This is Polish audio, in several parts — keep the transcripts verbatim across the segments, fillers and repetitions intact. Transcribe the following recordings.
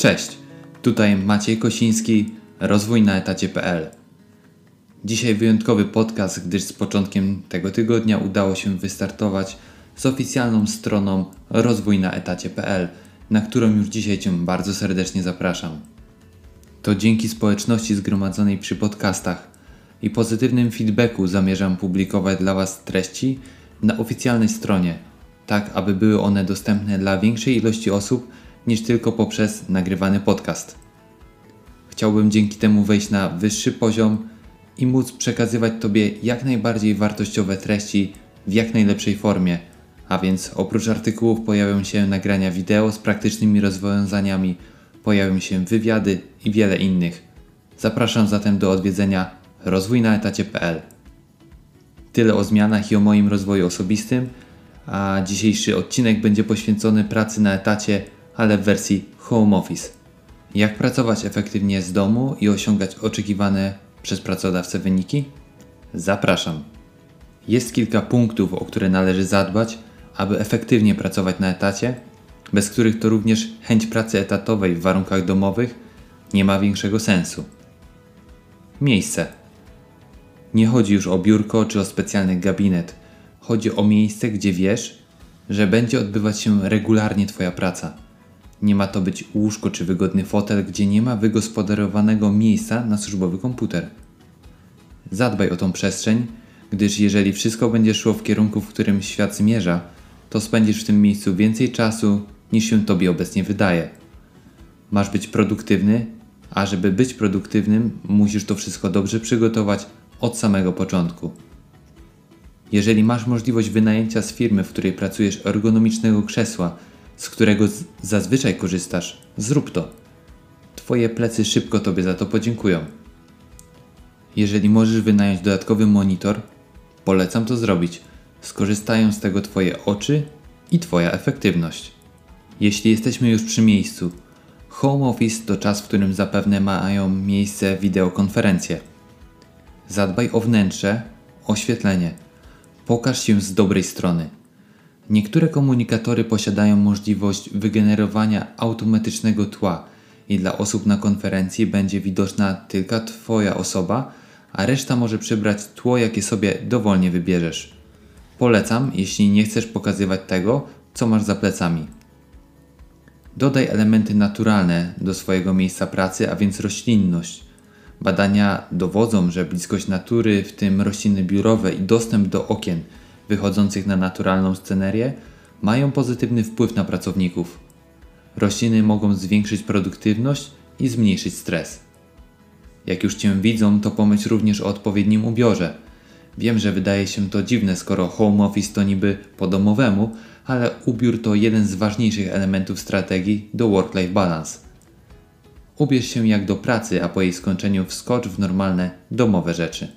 Cześć, tutaj Maciej Kosiński, rozwój na etacie kropka pe el. Dzisiaj wyjątkowy podcast, gdyż z początkiem tego tygodnia udało się wystartować z oficjalną stroną rozwój na etacie kropka pe el, na którą już dzisiaj Cię bardzo serdecznie zapraszam. To dzięki społeczności zgromadzonej przy podcastach i pozytywnym feedbacku zamierzam publikować dla Was treści na oficjalnej stronie, tak aby były one dostępne dla większej ilości osób niż tylko poprzez nagrywany podcast. Chciałbym dzięki temu wejść na wyższy poziom i móc przekazywać Tobie jak najbardziej wartościowe treści w jak najlepszej formie, a więc oprócz artykułów pojawią się nagrania wideo z praktycznymi rozwiązaniami, pojawią się wywiady i wiele innych. Zapraszam zatem do odwiedzenia rozwój na etacie kropka pe el. Tyle o zmianach i o moim rozwoju osobistym, a dzisiejszy odcinek będzie poświęcony pracy na etacie, ale w wersji home office. Jak pracować efektywnie z domu i osiągać oczekiwane przez pracodawcę wyniki? Zapraszam. Jest kilka punktów, o które należy zadbać, aby efektywnie pracować na etacie, bez których to również chęć pracy etatowej w warunkach domowych nie ma większego sensu. Miejsce. Nie chodzi już o biurko czy o specjalny gabinet. Chodzi o miejsce, gdzie wiesz, że będzie odbywać się regularnie Twoja praca. Nie ma to być łóżko czy wygodny fotel, gdzie nie ma wygospodarowanego miejsca na służbowy komputer. Zadbaj o tą przestrzeń, gdyż jeżeli wszystko będzie szło w kierunku, w którym świat zmierza, to spędzisz w tym miejscu więcej czasu, niż się Tobie obecnie wydaje. Masz być produktywny, a żeby być produktywnym, musisz to wszystko dobrze przygotować od samego początku. Jeżeli masz możliwość wynajęcia z firmy, w której pracujesz, ergonomicznego krzesła, z którego z- zazwyczaj korzystasz, zrób to. Twoje plecy szybko Tobie za to podziękują. Jeżeli możesz wynająć dodatkowy monitor, polecam to zrobić. Skorzystają z tego Twoje oczy i Twoja efektywność. Jeśli jesteśmy już przy miejscu, home office to czas, w którym zapewne mają miejsce wideokonferencje. Zadbaj o wnętrze, oświetlenie. Pokaż się z dobrej strony. Niektóre komunikatory posiadają możliwość wygenerowania automatycznego tła i dla osób na konferencji będzie widoczna tylko Twoja osoba, a reszta może przybrać tło, jakie sobie dowolnie wybierzesz. Polecam, jeśli nie chcesz pokazywać tego, co masz za plecami. Dodaj elementy naturalne do swojego miejsca pracy, a więc roślinność. Badania dowodzą, że bliskość natury, w tym rośliny biurowe i dostęp do okien wychodzących na naturalną scenerię, mają pozytywny wpływ na pracowników. Rośliny mogą zwiększyć produktywność i zmniejszyć stres. Jak już Cię widzą, to pomyśl również o odpowiednim ubiorze. Wiem, że wydaje się to dziwne, skoro home office to niby po domowemu, ale ubiór to jeden z ważniejszych elementów strategii do work-life balance. Ubierz się jak do pracy, a po jej skończeniu wskocz w normalne, domowe rzeczy.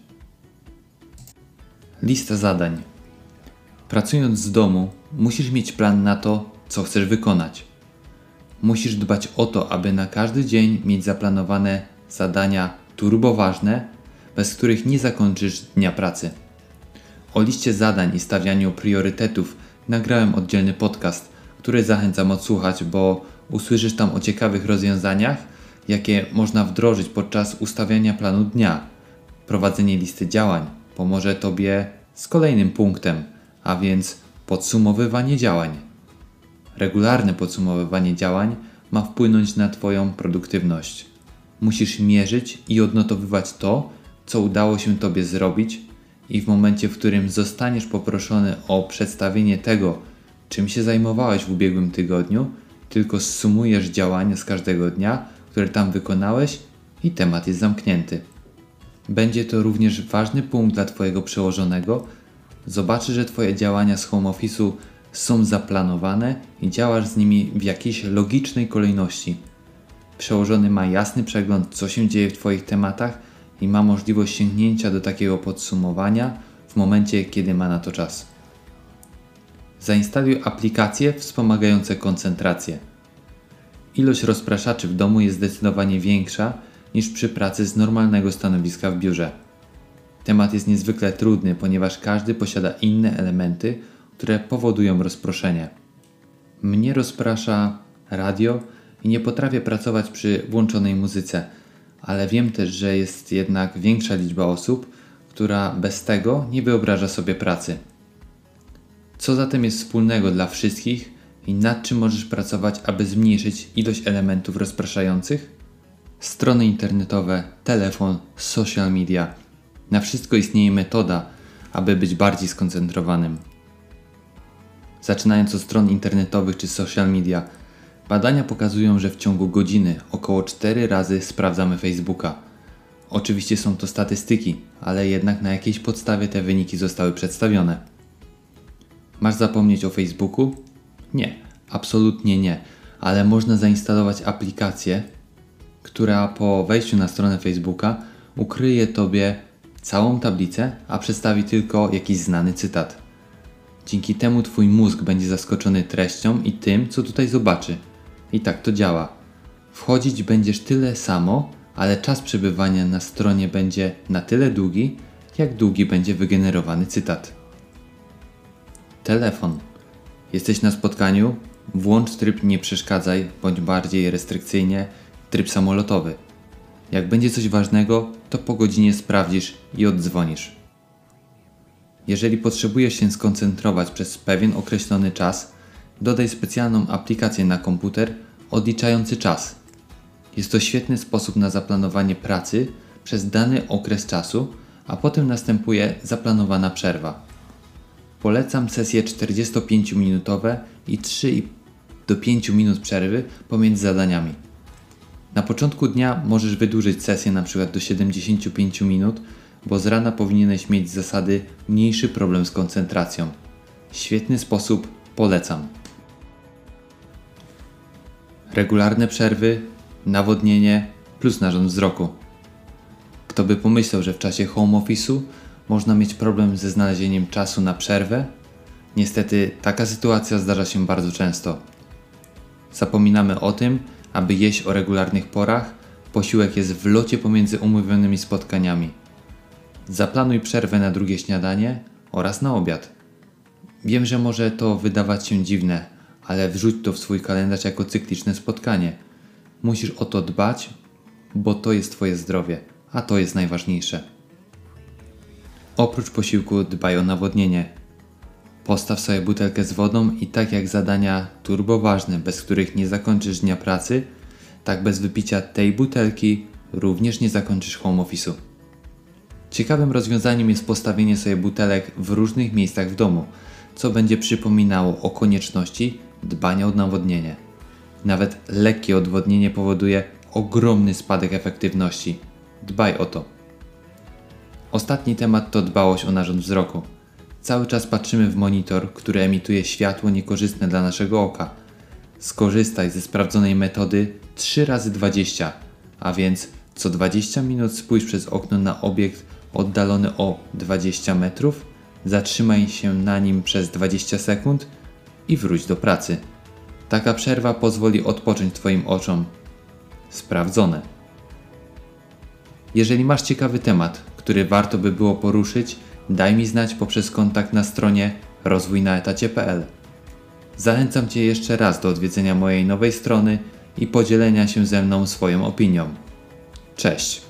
Lista zadań. Pracując z domu, musisz mieć plan na to, co chcesz wykonać. Musisz dbać o to, aby na każdy dzień mieć zaplanowane zadania turboważne, bez których nie zakończysz dnia pracy. O liście zadań i stawianiu priorytetów nagrałem oddzielny podcast, który zachęcam odsłuchać, bo usłyszysz tam o ciekawych rozwiązaniach, jakie można wdrożyć podczas ustawiania planu dnia. Prowadzenie listy działań pomoże Tobie z kolejnym punktem, a więc podsumowywanie działań. Regularne podsumowywanie działań ma wpłynąć na Twoją produktywność. Musisz mierzyć i odnotowywać to, co udało się Tobie zrobić i w momencie, w którym zostaniesz poproszony o przedstawienie tego, czym się zajmowałeś w ubiegłym tygodniu, tylko zsumujesz działania z każdego dnia, które tam wykonałeś i temat jest zamknięty. Będzie to również ważny punkt dla Twojego przełożonego. Zobaczy, że Twoje działania z home office'u są zaplanowane i działasz z nimi w jakiejś logicznej kolejności. Przełożony ma jasny przegląd, co się dzieje w Twoich tematach i ma możliwość sięgnięcia do takiego podsumowania w momencie, kiedy ma na to czas. Zainstaluj aplikacje wspomagające koncentrację. Ilość rozpraszaczy w domu jest zdecydowanie większa niż przy pracy z normalnego stanowiska w biurze. Temat jest niezwykle trudny, ponieważ każdy posiada inne elementy, które powodują rozproszenie. Mnie rozprasza radio i nie potrafię pracować przy włączonej muzyce, ale wiem też, że jest jednak większa liczba osób, która bez tego nie wyobraża sobie pracy. Co zatem jest wspólnego dla wszystkich i nad czym możesz pracować, aby zmniejszyć ilość elementów rozpraszających? Strony internetowe, telefon, social media. Na wszystko istnieje metoda, aby być bardziej skoncentrowanym. Zaczynając od stron internetowych czy social media, badania pokazują, że w ciągu godziny około cztery razy sprawdzamy Facebooka. Oczywiście są to statystyki, ale jednak na jakiejś podstawie te wyniki zostały przedstawione. Masz zapomnieć o Facebooku? Nie, absolutnie nie, ale można zainstalować aplikację, która po wejściu na stronę Facebooka ukryje Tobie całą tablicę, a przedstawi tylko jakiś znany cytat. Dzięki temu Twój mózg będzie zaskoczony treścią i tym, co tutaj zobaczy. I tak to działa. Wchodzić będziesz tyle samo, ale czas przebywania na stronie będzie na tyle długi, jak długi będzie wygenerowany cytat. Telefon. Jesteś na spotkaniu? Włącz tryb nie przeszkadzaj, bądź bardziej restrykcyjnie tryb samolotowy. Jak będzie coś ważnego, to po godzinie sprawdzisz i oddzwonisz. Jeżeli potrzebujesz się skoncentrować przez pewien określony czas, dodaj specjalną aplikację na komputer odliczający czas. Jest to świetny sposób na zaplanowanie pracy przez dany okres czasu, a potem następuje zaplanowana przerwa. Polecam sesje czterdziestopięciominutowe i trzy do pięciu minut przerwy pomiędzy zadaniami. Na początku dnia możesz wydłużyć sesję np. do siedemdziesięciu pięciu minut, bo z rana powinieneś mieć z zasady mniejszy problem z koncentracją. Świetny sposób, polecam. Regularne przerwy, nawodnienie plus narząd wzroku. Kto by pomyślał, że w czasie home office'u można mieć problem ze znalezieniem czasu na przerwę? Niestety taka sytuacja zdarza się bardzo często. Zapominamy o tym, aby jeść o regularnych porach, posiłek jest w locie pomiędzy umówionymi spotkaniami. Zaplanuj przerwę na drugie śniadanie oraz na obiad. Wiem, że może to wydawać się dziwne, ale wrzuć to w swój kalendarz jako cykliczne spotkanie. Musisz o to dbać, bo to jest Twoje zdrowie, a to jest najważniejsze. Oprócz posiłku dbaj o nawodnienie. Postaw sobie butelkę z wodą i tak jak zadania turboważne, bez których nie zakończysz dnia pracy, tak bez wypicia tej butelki również nie zakończysz home office'u. Ciekawym rozwiązaniem jest postawienie sobie butelek w różnych miejscach w domu, co będzie przypominało o konieczności dbania o nawodnienie. Nawet lekkie odwodnienie powoduje ogromny spadek efektywności. Dbaj o to. Ostatni temat to dbałość o narząd wzroku. Cały czas patrzymy w monitor, który emituje światło niekorzystne dla naszego oka. Skorzystaj ze sprawdzonej metody trzy razy dwadzieścia, a więc co dwadzieścia minut spójrz przez okno na obiekt oddalony o dwadzieścia metrów, zatrzymaj się na nim przez dwadzieścia sekund i wróć do pracy. Taka przerwa pozwoli odpocząć Twoim oczom. Sprawdzone. Jeżeli masz ciekawy temat, który warto by było poruszyć, daj mi znać poprzez kontakt na stronie rozwój na etacie kropka p l. Zachęcam Cię jeszcze raz do odwiedzenia mojej nowej strony i podzielenia się ze mną swoją opinią. Cześć!